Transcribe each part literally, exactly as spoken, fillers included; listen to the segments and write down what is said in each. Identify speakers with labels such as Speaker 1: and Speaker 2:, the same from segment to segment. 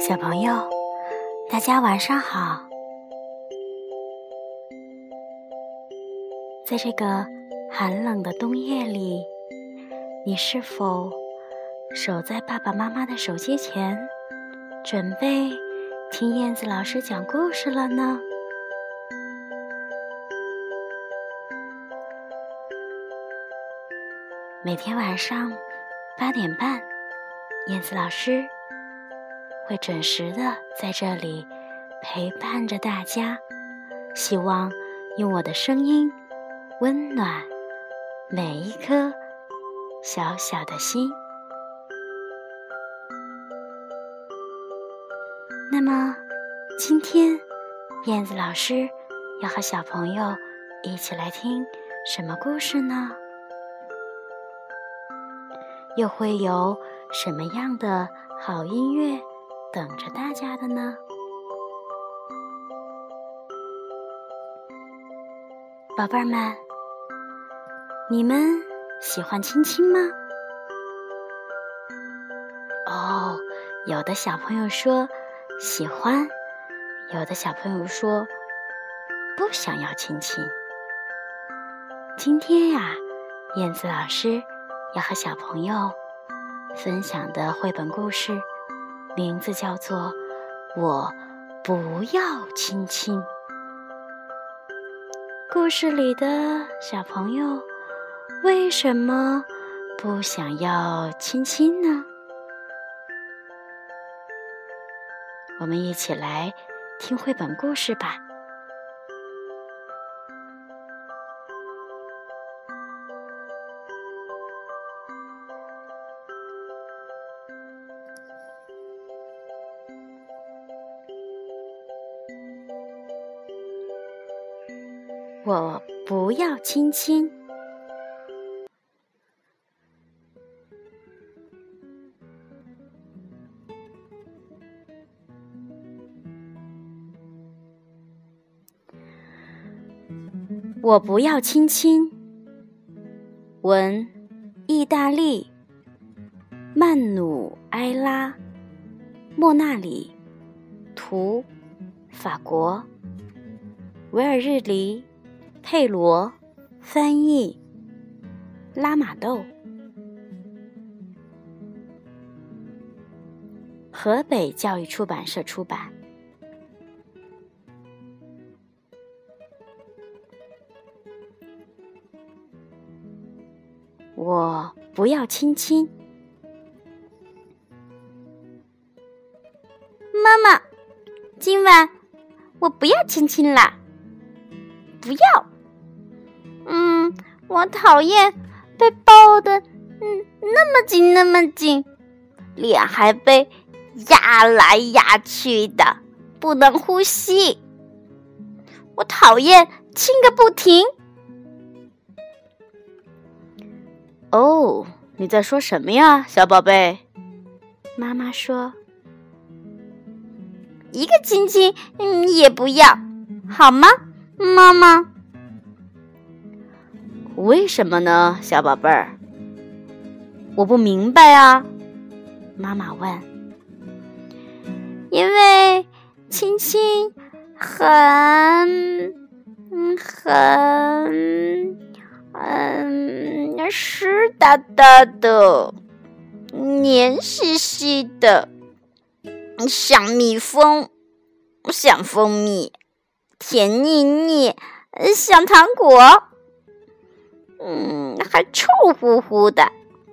Speaker 1: 小朋友，大家晚上好。在这个寒冷的冬夜里，你是否守在爸爸妈妈的手机前，准备听燕子老师讲故事了呢？每天晚上八点半，燕子老师会准时的在这里陪伴着大家，希望用我的声音温暖每一颗小小的心。那么今天燕子老师要和小朋友一起来听什么故事呢？又会有什么样的好音乐等着大家的呢？宝贝儿们，你们喜欢亲亲吗？哦，有的小朋友说喜欢，有的小朋友说不想要亲亲。今天呀，燕子老师要和小朋友分享的绘本故事名字叫做《我不要亲亲》。故事里的小朋友为什么不想要亲亲呢？我们一起来听绘本故事吧。我不要亲亲。我不要亲亲。文：意大利，曼努埃拉·莫纳里，图：法国，维尔日里佩罗翻译，拉玛窦，河北教育出版社出版。我不要亲亲。
Speaker 2: 妈妈，今晚我不要亲亲啦，不要。嗯，我讨厌被抱得嗯那么紧那么紧，脸还被压来压去的，不能呼吸。我讨厌亲个不停。
Speaker 1: 哦，你在说什么呀，小宝贝？妈妈说，
Speaker 2: 一个亲亲嗯也不要，好吗，妈妈？
Speaker 1: 为什么呢，小宝贝儿？我不明白啊，妈妈问。
Speaker 2: 因为亲亲很嗯很嗯湿哒哒的，黏兮兮的，像蜜蜂，像蜂蜜，甜腻腻，像糖果。嗯，还臭乎乎的。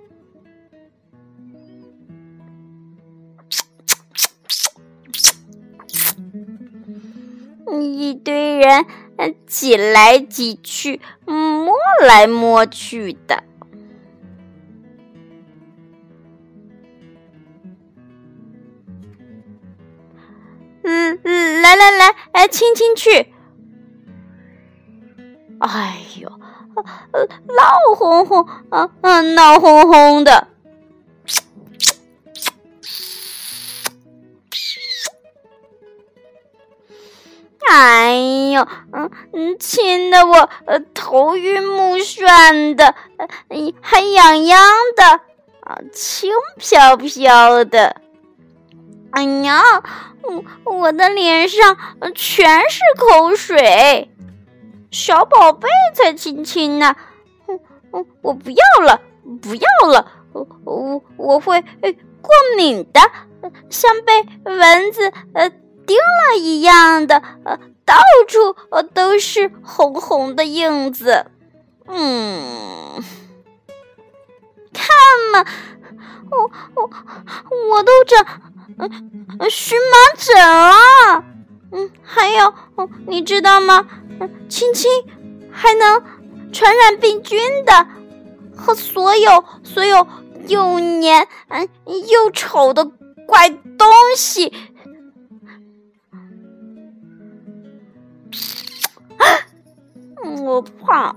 Speaker 2: 一堆人挤来挤去，摸来摸去的。嗯嗯，来来来，哎，亲亲去。哎呦，呃，闹哄哄，啊啊，闹哄哄的。哎呦，嗯嗯，亲得我呃头晕目眩的，呃还痒痒的，啊，轻飘飘的。 哎呀，我我的脸上全是口水，小宝贝才亲亲呢，我我不要了，不要了，我我我会过敏的，像被蚊子呃叮了一样的，呃到处呃都是红红的印子。嗯，看嘛，我我我都长呃荨麻疹了。嗯，还有，哦，你知道吗？亲亲还能传染病菌的，和所有所有又黏嗯又丑的怪东西。我怕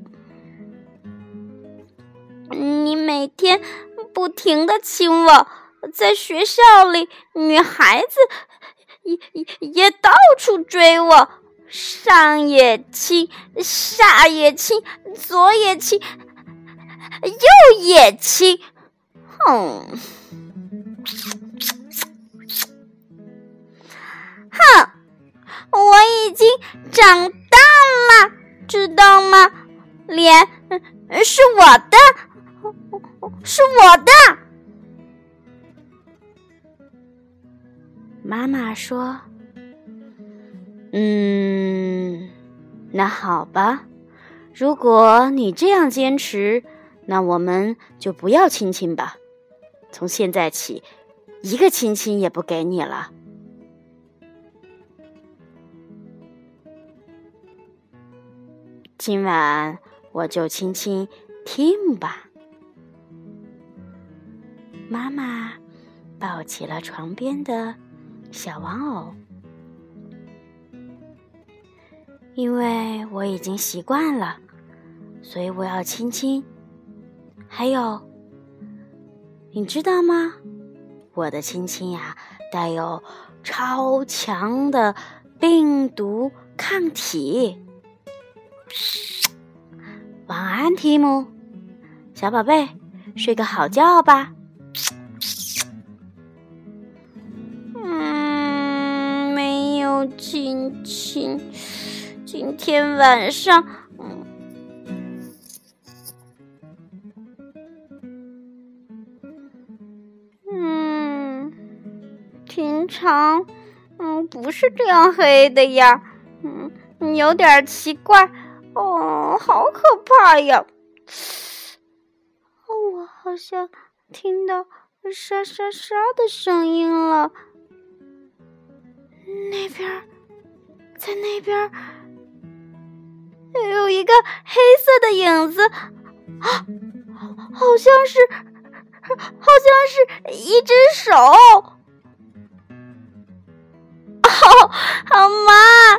Speaker 2: 你每天不停地亲我，在学校里女孩子也也也到处追我，上也亲，下也亲，左也亲，右也亲。哼哼，我已经长大了，知道吗？脸是我的，是我的。
Speaker 1: 妈妈说：“嗯，那好吧，如果你这样坚持，那我们就不要亲亲吧。从现在起，一个亲亲也不给你了。”今晚我就亲亲 Tim 吧。妈妈抱起了床边的小玩偶，因为我已经习惯了，所以我要亲亲。还有，你知道吗？我的亲亲呀，带有超强的病毒抗体。晚安，提姆，小宝贝，睡个好觉吧。
Speaker 2: 嗯，没有亲亲，今天晚上，嗯，嗯，平常，嗯，不是这样黑的呀，嗯，有点奇怪。哦，好可怕呀！哦，我好像听到沙沙沙的声音了。那边，在那边有一个黑色的影子，啊，好像是，好像是一只手。哦，好妈，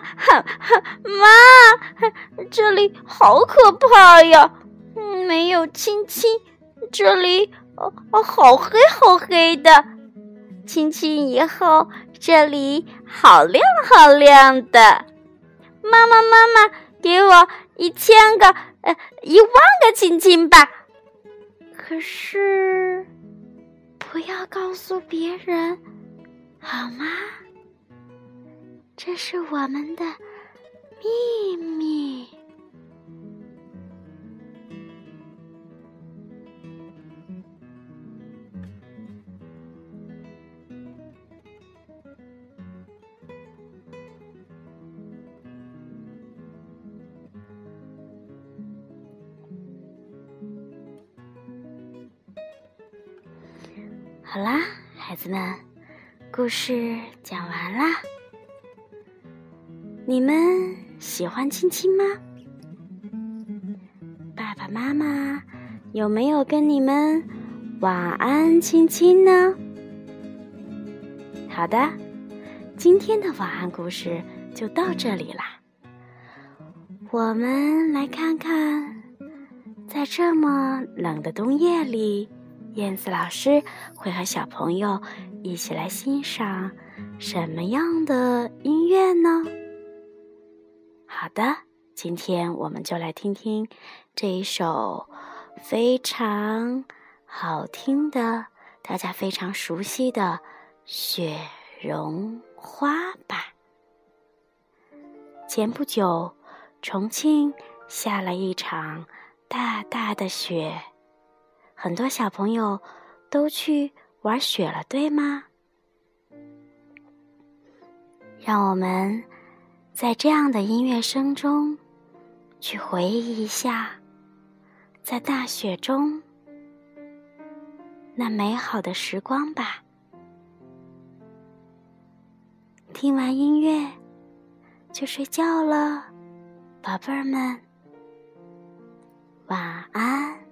Speaker 2: 妈，这里好可怕呀！没有亲亲，这里哦哦好黑好黑的。亲亲以后，这里好亮好亮的。妈妈妈妈，给我一千个呃一万个亲亲吧。可是不要告诉别人，好吗？这是我们的秘密。好啦，孩子们，故事讲完啦。你们喜欢亲亲吗？爸爸妈妈有没有跟你们晚安亲亲呢？好的，今天的晚安故事就到这里啦。我们来看看，在这么冷的冬夜里，燕子老师会和小朋友一起来欣赏什么样的音乐呢？好的，今天我们就来听听这一首非常好听的，大家非常熟悉的
Speaker 1: 雪绒花吧。前不久，重庆下了一场大大的雪，很多小朋友都去玩雪了，对吗？让我们在这样的音乐声中去回忆一下，在大雪中那美好的时光吧。听完音乐就睡觉了，宝贝儿们，晚安。